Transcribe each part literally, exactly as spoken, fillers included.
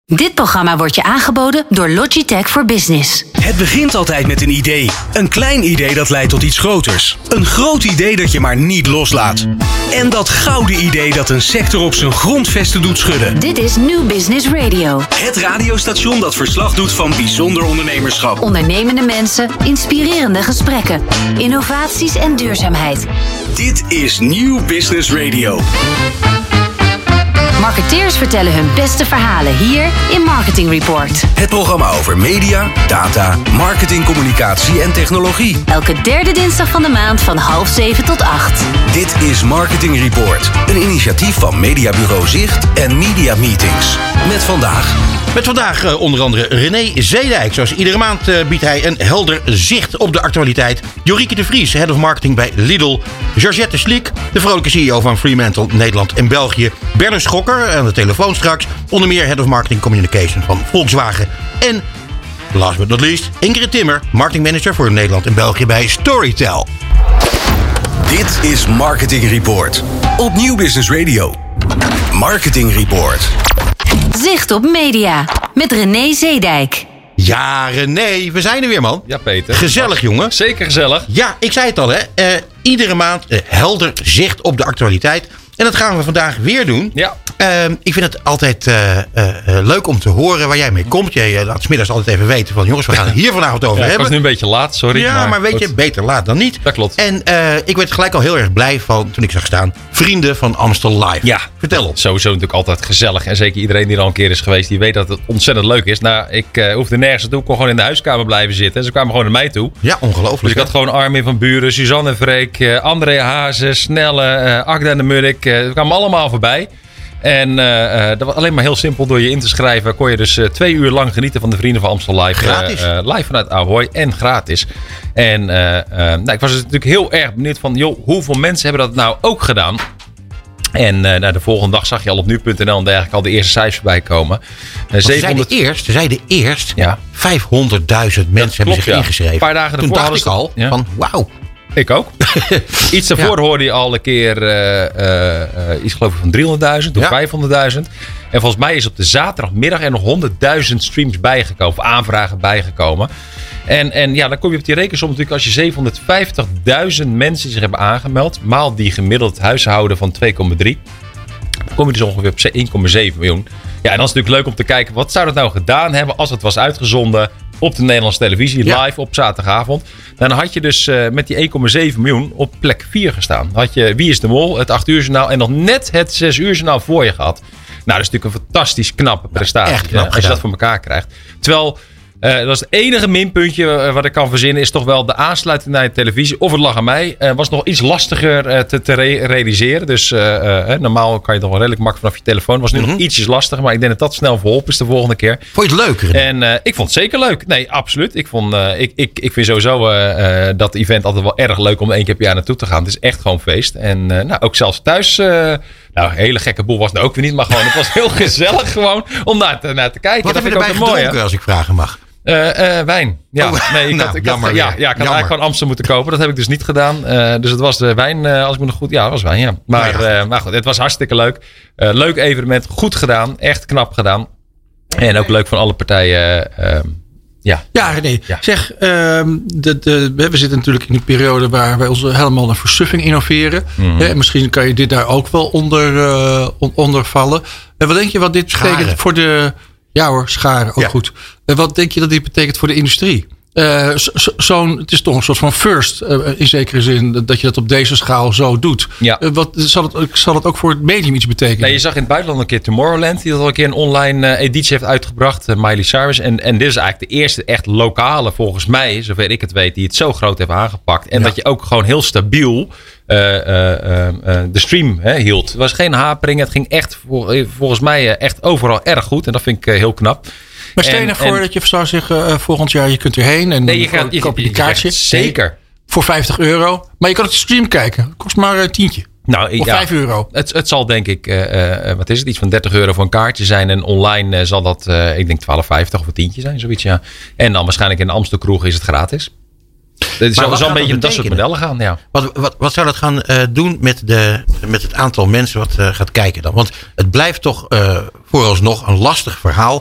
Dit programma wordt je aangeboden door Logitech voor Business. Het begint altijd met een idee. Een klein idee dat leidt tot iets groters. Een groot idee dat je maar niet loslaat. En dat gouden idee dat een sector op zijn grondvesten doet schudden. Dit is New Business Radio. Het radiostation dat verslag doet van bijzonder ondernemerschap. Ondernemende mensen, inspirerende gesprekken, innovaties en duurzaamheid. Dit is New Business Radio. Marketeers vertellen hun beste verhalen hier in Marketing Report. Het programma over media, data, marketing, communicatie en technologie. Elke derde dinsdag van de maand van half zeven tot acht. Dit is Marketing Report. Een initiatief van Mediabureau Zicht en Media Meetings. Met vandaag... Met vandaag uh, onder andere René Zeedijk. Zoals iedere maand uh, biedt hij een helder zicht op de actualiteit. Jorieke de Vries, Head of Marketing bij Lidl. Georgette Sliek, de vrolijke C E O van Fremantle Nederland en België. Bernard Schokker, aan de telefoon straks. Onder meer Head of Marketing Communication van Volkswagen. En, last but not least, Ingrid Timmer, Marketing Manager voor Nederland en België bij Storytel. Dit is Marketing Report. Op Nieuw Business Radio. Marketing Report. Zicht op media. Met René Zeedijk. Ja, René, we zijn er weer, man. Ja, Peter. Gezellig, jongen. Zeker gezellig. Ja, ik zei het al, hè. Uh, iedere maand uh, helder zicht op de actualiteit. En dat gaan we vandaag weer doen. Ja. Uh, ik vind het altijd uh, uh, leuk om te horen waar jij mee komt. Jij uh, laat 's middags altijd even weten van... jongens, we gaan het hier vanavond over ja, hebben. Ik was nu een beetje laat, sorry. Ja, maar, maar weet goed. je, beter laat dan niet. Dat klopt. En uh, ik werd gelijk al heel erg blij van toen ik zag staan... Vrienden van Amstel Live. Ja. Vertel ons. Sowieso natuurlijk altijd gezellig. En zeker iedereen die er al een keer is geweest... die weet dat het ontzettend leuk is. Nou, ik uh, hoefde nergens naartoe. Ik kon gewoon in de huiskamer blijven zitten. En ze kwamen gewoon naar mij toe. Ja, ongelooflijk. Dus ik had gewoon Armin van Buren, Suzanne en Freek... Uh, André Hazen, Snelle, uh, Agda en de Munnik. Uh, we kwamen allemaal voorbij. En uh, dat was alleen maar heel simpel. Door je in te schrijven kon je dus uh, twee uur lang genieten van de Vrienden van Amstel Live. Gratis. Uh, uh, live vanuit Ahoy en gratis. En uh, uh, nou, ik was dus natuurlijk heel erg benieuwd van... joh, hoeveel mensen hebben dat nou ook gedaan? En uh, nou, de volgende dag zag je al op nu punt n l en dergelijke al de eerste cijfers voorbij komen. Uh, zevenhonderd... Ze zeiden eerst, ze zeiden eerst ja. vijfhonderdduizend mensen klopt, hebben zich ja. ingeschreven. Een paar dagen Toen daarvoor dacht ik al ja. van wauw. Ik ook. Iets daarvoor ja. hoorde je al een keer uh, uh, uh, iets geloof ik van driehonderdduizend of ja. vijfhonderdduizend. En volgens mij is op de zaterdagmiddag er nog honderdduizend streams bijgekomen. Of aanvragen bijgekomen. En, en ja, dan kom je op die rekensom natuurlijk als je zevenhonderdvijftigduizend mensen zich hebben aangemeld. Maal die gemiddeld huishouden van twee komma drie. Dan kom je dus ongeveer op één komma zeven miljoen. Ja, en dan is het natuurlijk leuk om te kijken. Wat zou dat nou gedaan hebben als het was uitgezonden op de Nederlandse televisie, live ja. op zaterdagavond. Dan had je dus uh, met die één komma zeven miljoen op plek vier gestaan. Dan had je Wie is de Mol, het acht uur journaal en nog net het zes uur journaal voor je gehad. Nou, dat is natuurlijk een fantastisch knappe prestatie. Echt knap ja, als je dat voor elkaar krijgt. Terwijl... Uh, dat is het enige minpuntje uh, wat ik kan verzinnen. Is toch wel de aansluiting naar de televisie. Of het lag aan mij. Uh, was nog iets lastiger uh, te, te re- realiseren. Dus uh, uh, normaal kan je toch wel redelijk makkelijk vanaf je telefoon. Was nu mm-hmm. nog ietsjes lastiger. Maar ik denk dat dat snel verholpen is de volgende keer. Vond je het leuk? En uh, ik vond het zeker leuk. Nee, absoluut. Ik, vond, uh, ik, ik, ik vind sowieso uh, uh, dat event altijd wel erg leuk om één keer per jaar naartoe te gaan. Het is echt gewoon feest. En uh, nou, ook zelfs thuis... Uh, Nou, een hele gekke boel was het ook weer niet. Maar gewoon, het was heel gezellig gewoon om naar te, naar te kijken. Wat dat heb je erbij gedronken mooi, als ik vragen mag? Uh, uh, wijn. Ja, oh, nee, ik nou, had, ik jammer had, ja, ja, ik had jammer. eigenlijk gewoon Amstel moeten kopen. Dat heb ik dus niet gedaan. Uh, dus het was de wijn, uh, als ik me nog goed... Ja, het was wijn, ja. Maar, nou ja. Uh, maar goed, het was hartstikke leuk. Uh, leuk evenement, goed gedaan. Echt knap gedaan. En ook leuk van alle partijen. Uh, ja. Ja, René. Ja. Zeg, uh, de, de, we zitten natuurlijk in een periode waar wij ons helemaal naar versuffing innoveren. Mm-hmm. En misschien kan je dit daar ook wel onder, uh, onder vallen. En wat denk je wat dit betekent scharen. voor de... Ja hoor, scharen, ook ja. goed. En wat denk je dat dit betekent voor de industrie? Uh, zo, zo'n, het is toch een soort van first, uh, in zekere zin, dat je dat op deze schaal zo doet. Ja. Uh, wat, zal, het, zal het ook voor het medium iets betekenen? Nee, je zag in het buitenland een keer Tomorrowland, die dat al een keer een online uh, editie heeft uitgebracht, uh, Miley Cyrus. En, en dit is eigenlijk de eerste echt lokale, volgens mij, zover ik het weet, die het zo groot heeft aangepakt. En ja. dat je ook gewoon heel stabiel uh, uh, uh, uh, de stream hè, hield. Het was geen hapering, het ging echt, vol, volgens mij, uh, echt overal erg goed. En dat vind ik uh, heel knap. Maar stel je nou voor dat je zou zeggen, uh, volgend jaar je kunt erheen en nee, je gaat, koop je die kaartje. Je zeker. Voor vijftig euro. Maar je kan het stream kijken. Het kost maar een tientje. Nou, of ja, vijf euro. Het, het zal denk ik, uh, uh, wat is het, iets van dertig euro voor een kaartje zijn. En online uh, zal dat, uh, ik denk twaalf vijftig of een tientje zijn, zoiets ja. En dan waarschijnlijk in de Amstel kroeg is het gratis. Het zal een beetje met dat soort modellen gaan, ja. Wat, wat, wat zou dat gaan uh, doen met, de, met het aantal mensen wat uh, gaat kijken dan? Want het blijft toch uh, vooralsnog een lastig verhaal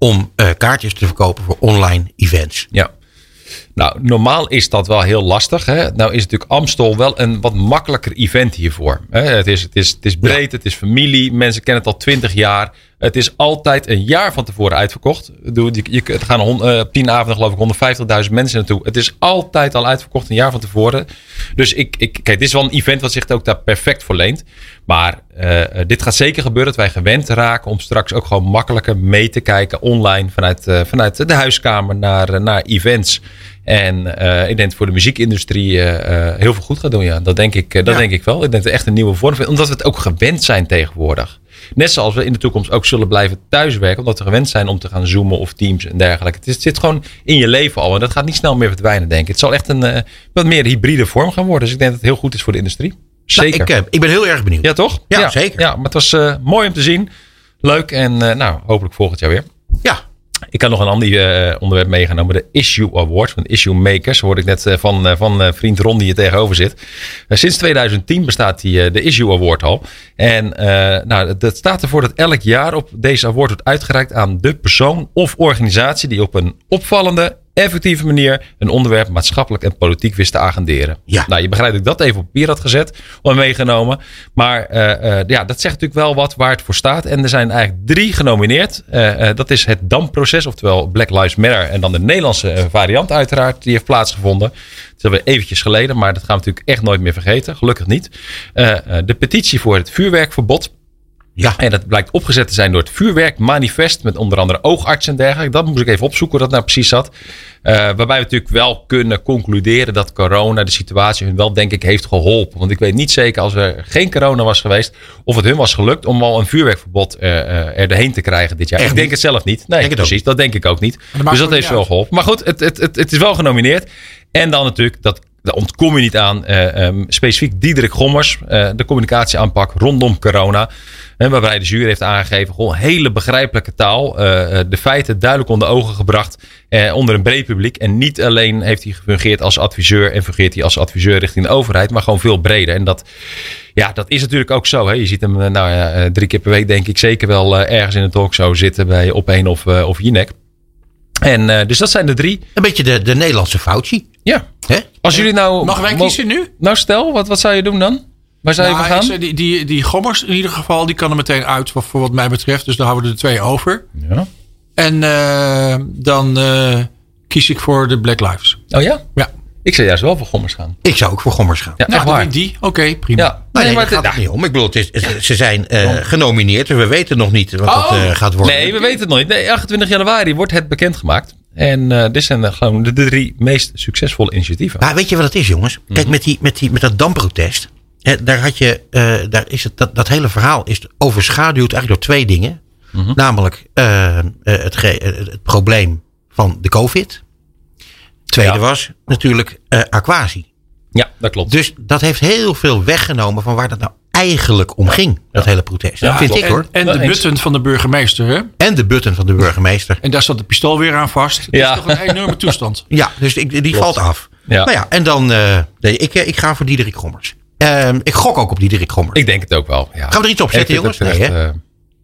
om uh, kaartjes te verkopen voor online events? Ja. Nou, normaal is dat wel heel lastig. Hè? Nou is natuurlijk Amstel wel een wat makkelijker event hiervoor. Hè? Het, is, het, is, het is breed, ja. Het is familie. Mensen kennen het al twintig jaar. Het is altijd een jaar van tevoren uitverkocht. Er gaan op uh, tien avonden geloof ik honderdvijftigduizend mensen naartoe. Het is altijd al uitverkocht een jaar van tevoren. Dus ik, ik, kijk, dit is wel een event wat zich ook daar perfect voor leent. Maar uh, dit gaat zeker gebeuren dat wij gewend raken om straks ook gewoon makkelijker mee te kijken online vanuit, uh, vanuit de huiskamer naar, uh, naar events. En uh, ik denk dat voor de muziekindustrie uh, uh, heel veel goed gaat doen. Ja. Dat denk ik, uh, dat ja. denk ik wel. Ik denk dat het echt een nieuwe vorm is. Omdat we het ook gewend zijn tegenwoordig. Net zoals we in de toekomst ook zullen blijven thuiswerken. Omdat we gewend zijn om te gaan zoomen of Teams en dergelijke. Het, is, het zit gewoon in je leven al. En dat gaat niet snel meer verdwijnen, denk ik. Het zal echt een uh, wat meer hybride vorm gaan worden. Dus ik denk dat het heel goed is voor de industrie. Zeker. Nou, ik, uh, ik ben heel erg benieuwd. Ja, toch? Ja, ja. zeker. Ja, maar het was uh, mooi om te zien. Leuk. En uh, nou, hopelijk volgend jaar weer. Ja. Ik had nog een ander uh, onderwerp meegenomen. De Issue Award van Issue Makers. Hoorde ik net uh, van, uh, van uh, vriend Ron die hier tegenover zit. Uh, sinds tweeduizend tien bestaat die, uh, de Issue Award al. En uh, nou, dat staat ervoor dat elk jaar op deze award wordt uitgereikt aan de persoon of organisatie die op een opvallende, effectieve manier een onderwerp maatschappelijk en politiek wist te agenderen. Ja. Nou, je begrijpt dat ik dat even op papier had gezet of meegenomen. Maar uh, uh, ja, dat zegt natuurlijk wel wat waar het voor staat. En er zijn eigenlijk drie genomineerd. Uh, uh, dat is het D A M-proces, oftewel Black Lives Matter. En dan de Nederlandse variant uiteraard, die heeft plaatsgevonden. Het is alweer eventjes geleden, maar dat gaan we natuurlijk echt nooit meer vergeten. Gelukkig niet. Uh, uh, de petitie voor het vuurwerkverbod. Ja. En dat blijkt opgezet te zijn door het vuurwerkmanifest. Met onder andere oogartsen en dergelijke. Dat moest ik even opzoeken hoe dat nou precies zat. Uh, waarbij we natuurlijk wel kunnen concluderen dat corona de situatie hun wel denk ik heeft geholpen. Want ik weet niet zeker als er geen corona was geweest. Of het hun was gelukt om al een vuurwerkverbod uh, uh, er doorheen te krijgen dit jaar. Echt ik denk niet. Het zelf niet. Nee, precies. Dat denk ik ook niet. Dat dus dat heeft wel geholpen. Maar goed, het, het, het, het is wel genomineerd. En dan natuurlijk dat... Daar ontkom je niet aan. Uh, um, specifiek Diederik Gommers. Uh, de communicatieaanpak rondom corona. Uh, waarbij de jury heeft aangegeven. Gewoon hele begrijpelijke taal. Uh, de feiten duidelijk onder ogen gebracht. Uh, onder een breed publiek. En niet alleen heeft hij gefungeerd als adviseur. En fungeert hij als adviseur richting de overheid. Maar gewoon veel breder. En dat, ja, dat is natuurlijk ook zo. Hè. Je ziet hem nou, ja, drie keer per week denk ik zeker wel uh, ergens in een talkshow zitten. Bij Op één of, uh, of Jinek. En uh, dus dat zijn de drie. Een beetje de, de Nederlandse Fauci. Ja. Hè? Als jullie nou... Mogen wij kiezen nu? Nou stel, wat, wat zou je doen dan? Waar zou je nou, voor gaan? Ik, die, die, die Gommers in ieder geval, die kan er meteen uit voor, voor wat mij betreft. Dus dan houden we er twee over. Ja. En uh, dan uh, kies ik voor de Black Lives. Oh ja? Ja. Ik zou juist wel voor Gommers gaan. Ik zou ook voor Gommers gaan. Ja, nou, echt waar. Die? Oké, okay, prima. Ja. Nee, nee, maar daar gaat het niet om. Ik bedoel, het is, ze zijn uh, genomineerd. Dus we weten nog niet wat oh. het uh, gaat worden. Nee, we weten het nog niet. Nee, achtentwintig januari wordt het bekendgemaakt. En uh, dit zijn uh, gewoon de drie meest succesvolle initiatieven. Maar weet je wat het is, jongens? Kijk, mm-hmm. met, die, met, die, met dat D A M-protest. Hè, daar had je, uh, daar is het, dat, dat hele verhaal is overschaduwd eigenlijk door twee dingen. Mm-hmm. Namelijk uh, uh, het, ge, uh, het probleem van de COVID. Tweede ja. was natuurlijk uh, Aquasi. Ja, dat klopt. Dus dat heeft heel veel weggenomen van waar dat nou eigenlijk om ging. Dat ja. hele protest. Ja, vind klopt. ik hoor. En, en de button van de burgemeester. Hè? En de button van de burgemeester. En daar zat de pistool weer aan vast. Het ja. is toch een enorme toestand. Ja, dus die, die klopt. valt af. Ja. Nou ja, en dan, uh, nee, ik, ik ga voor Diederik Gommers. Uh, ik gok ook op Diederik Gommers. Ik denk het ook wel. Ja. Gaan we er iets op zetten, jongens? Nee, echt, uh,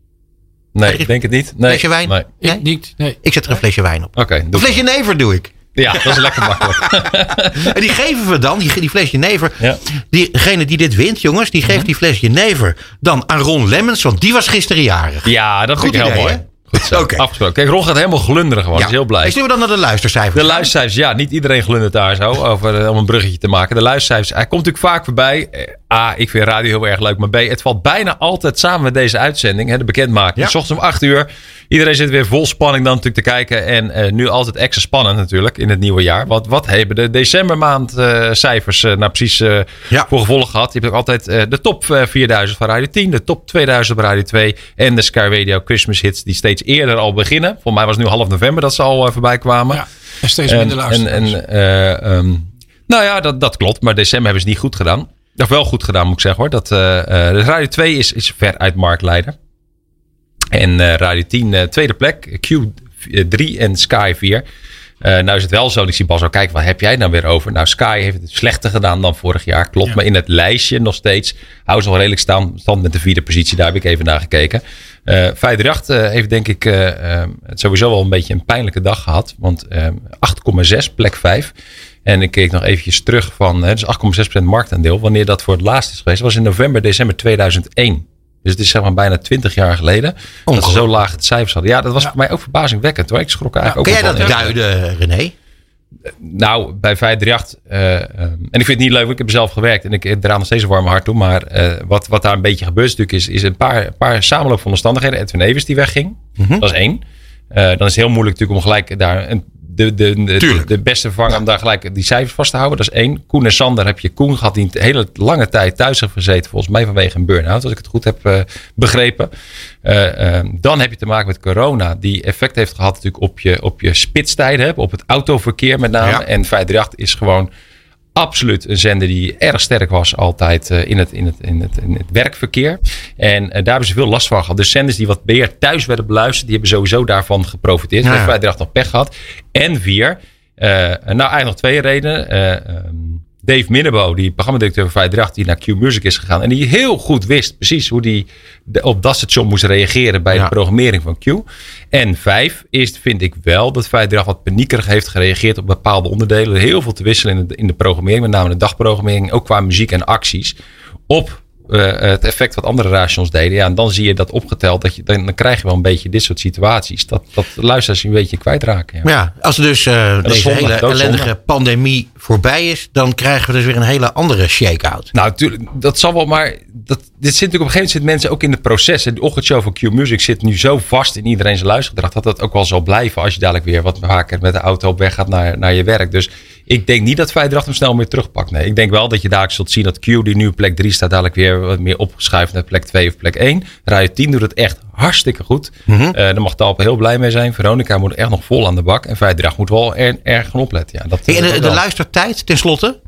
nee ik denk het niet. Nee. Flesje wijn? Nee. Nee? Ik niet. Nee. Ik zet er een flesje wijn op. Okay, een flesje never doe ik. Ja, dat is lekker makkelijk. En die geven we dan, die, die fles jenever. Ja. Diegene die dit wint, jongens, die geeft mm-hmm. die fles jenever dan aan Ron Lemmens. Want die was gisteren jarig. Ja, dat vind ik heel mooi. Goed zo, okay. afgesproken. Kijk, Ron gaat helemaal glunderen gewoon. Ja. Is heel blij. En zullen we dan naar de luistercijfers? De luistercijfers, ja. Niet iedereen glundert daar zo. Over, om een bruggetje te maken. De luistercijfers. Hij komt natuurlijk vaak voorbij. A, ik vind radio heel erg leuk. Maar B, het valt bijna altijd samen met deze uitzending. Hè, de bekendmaking. Ja. 's Ochtends om acht uur. Iedereen zit weer vol spanning dan natuurlijk te kijken. En uh, nu altijd extra spannend natuurlijk in het nieuwe jaar. Wat, wat hebben de decembermaand uh, cijfers uh, nou precies uh, ja. voor gevolg gehad? Je hebt ook altijd uh, de top uh, vierduizend van Radio tien. De top tweeduizend op Radio twee. En de Sky Radio Christmas hits die steeds eerder al beginnen. Voor mij was het nu half november dat ze al uh, voorbij kwamen. Ja, en steeds minder luisteraars. En, en, uh, um, nou ja, dat, dat klopt. Maar december hebben ze niet goed gedaan. Of wel goed gedaan moet ik zeggen hoor. Dat, uh, uh, de Radio twee is, is veruit marktleider. En uh, Radio tien uh, tweede plek. Q drie en Sky vier. Uh, nou is het wel zo. Ik zie Bas al kijken. Wat heb jij nou weer over? Nou Sky heeft het slechter gedaan dan vorig jaar. Klopt. Ja. Maar in het lijstje nog steeds. Houden ze nog redelijk staan. Stand met de vierde positie. Daar heb ik even naar gekeken. Uh, vijfhonderdachttien uh, heeft denk ik uh, uh, het sowieso wel een beetje een pijnlijke dag gehad. Want uh, acht komma zes, plek vijf. En ik keek nog eventjes terug van, hè, dus acht komma zes procent marktaandeel. Wanneer dat voor het laatst is geweest, was in november, december tweeduizend één. Dus het is zeg maar bijna twintig jaar geleden dat ze zo laag het cijfers hadden. Ja, dat was ja. voor mij ook verbazingwekkend hoor. Ik schrok er eigenlijk ja, ook Kun jij dat duiden, René? Nou, bij vijfhonderdachttien. Uh, um, en ik vind het niet leuk, ik heb er zelf gewerkt. En ik draai nog steeds een warme hart toe. Maar uh, wat, wat daar een beetje gebeurt natuurlijk is, is een paar, een paar samenloop van omstandigheden. Edwin Evers die wegging. Mm-hmm. Dat is één. Uh, dan is het heel moeilijk natuurlijk om gelijk daar een, de, de, de, de, de beste vervanger ja. om daar gelijk die cijfers vast te houden. Dat is één. Koen en Sander heb je Koen gehad die een hele lange tijd thuis heeft gezeten. Volgens mij vanwege een burn-out, als ik het goed heb uh, begrepen. Uh, uh, dan heb je te maken met corona. Die effect heeft gehad natuurlijk op je, op je spitstijden. Op het autoverkeer met name. Ja. En vijfhonderdachttien is gewoon absoluut een zender die erg sterk was altijd uh, in, het, in, het, in, het, in het werkverkeer. En uh, daar hebben ze veel last van gehad. Dus zenders die wat meer thuis werden beluisterd, die hebben sowieso daarvan geprofiteerd. Ja. Heeft vijfhonderdachttien nog pech gehad. En vier, uh, nou eigenlijk nog twee redenen. Uh, um, Dave Minnebo, die programmadirecteur van vijfhonderdachttien, die naar Q-Music is gegaan. En die heel goed wist precies hoe die op dat station moest reageren bij ja. de programmering van Q. En vijf is, vind ik wel, dat vijfhonderdachttien wat paniekerig heeft gereageerd op bepaalde onderdelen. Heel veel te wisselen in de, in de programmering, met name de dagprogrammering, ook qua muziek en acties. Op uh, het effect wat andere stations deden. Ja, en dan zie je dat opgeteld, dat je, dan, dan krijg je wel een beetje dit soort situaties. Dat, dat luisteraars een beetje kwijtraken. Ja, ja als er dus uh, deze zonde, hele ellendige zonde. pandemie voorbij is, dan krijgen we dus weer een hele andere shake-out. Nou, natuurlijk, dat zal wel, maar dat, dit zit natuurlijk op een gegeven moment zitten mensen ook in de processen. De ochtendshow van Q-Music zit nu zo vast in iedereen zijn luistergedrag, dat dat ook wel zal blijven als je dadelijk weer wat vaker met de auto op weg gaat naar, naar je werk. Dus ik denk niet dat vijfhonderdachttien hem snel meer terugpakt. Nee, ik denk wel dat je dadelijk zult zien dat Q, die nu op plek drie staat, dadelijk weer wat meer opgeschuift naar plek twee of plek één. Radio tien doet het echt hartstikke goed. Mm-hmm. Uh, daar mag Talpa heel blij mee zijn. Veronica moet echt nog vol aan de bak. En vijfhonderdachttien moet wel er, erg gaan opletten. Ja, dat, hey, en de, de, de luistertijd, tenslotte?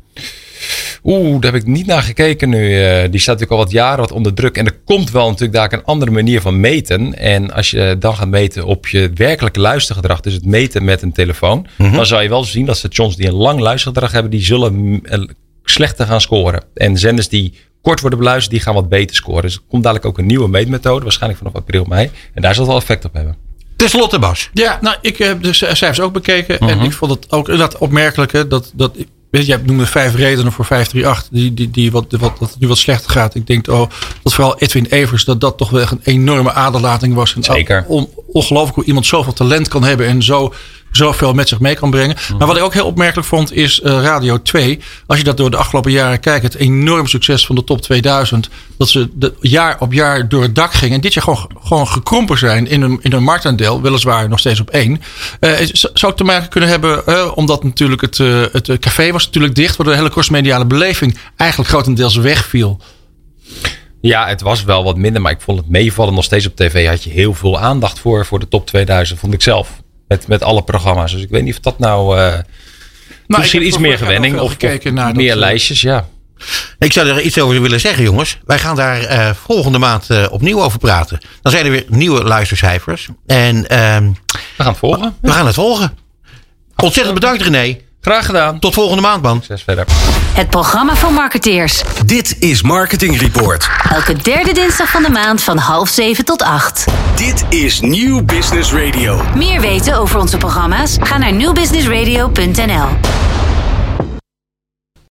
Oeh, daar heb ik niet naar gekeken nu. Uh, die staat natuurlijk al wat jaren wat onder druk. En er komt wel natuurlijk daar een andere manier van meten. En als je dan gaat meten op je werkelijke luistergedrag, dus het meten met een telefoon, mm-hmm. dan zal je wel zien dat stations die een lang luistergedrag hebben, die zullen slechter gaan scoren. En zenders die kort worden beluisterd, die gaan wat beter scoren. Dus er komt dadelijk ook een nieuwe meetmethode, waarschijnlijk vanaf april, mei. En daar zal het wel effect op hebben. Ten slotte, Bas. Ja, nou, ik heb de cijfers ook bekeken. Uh-huh. En ik vond het ook inderdaad opmerkelijk. Hè, dat, dat, weet je, jij noemde vijf redenen voor vijfhonderdachttien. Die, die, die wat, wat, dat het nu wat slechter gaat. Ik denk oh, dat vooral Edwin Evers, dat dat toch wel echt een enorme aderlating was. En zeker. On, ongelooflijk hoe iemand zoveel talent kan hebben en zo zoveel met zich mee kan brengen. Mm. Maar wat ik ook heel opmerkelijk vond is uh, Radio twee. Als je dat door de afgelopen jaren kijkt, het enorm succes van de top tweeduizend. Dat ze de, jaar op jaar door het dak gingen. En dit jaar gewoon, gewoon gekrompen zijn in een, in een marktaandeel. Weliswaar nog steeds op één. Uh, zou het te maken kunnen hebben, uh, omdat natuurlijk het, uh, het uh, café was natuurlijk dicht. Waardoor de hele crossmediale beleving eigenlijk grotendeels wegviel. Ja, het was wel wat minder. Maar ik vond het meevallen. Nog steeds op tv had je heel veel aandacht voor, voor de top tweeduizend. Vond ik zelf. Met, met alle programma's. Dus ik weet niet of dat nou... Uh, nou misschien iets meer gewenning. Of, of meer dat, lijstjes, ja. Ik zou er iets over willen zeggen, jongens. Wij gaan daar uh, volgende maand uh, opnieuw over praten. Dan zijn er weer nieuwe luistercijfers. En uh, we gaan het volgen. We gaan het volgen. Ontzettend bedankt, René. Graag gedaan. Tot volgende maand, man. Succes verder. Het programma van marketeers. Dit is Marketing Report. Elke derde dinsdag van de maand van half zeven tot acht. Dit is Nieuw Business Radio. Meer weten over onze programma's? Ga naar nieuw business radio punt n l.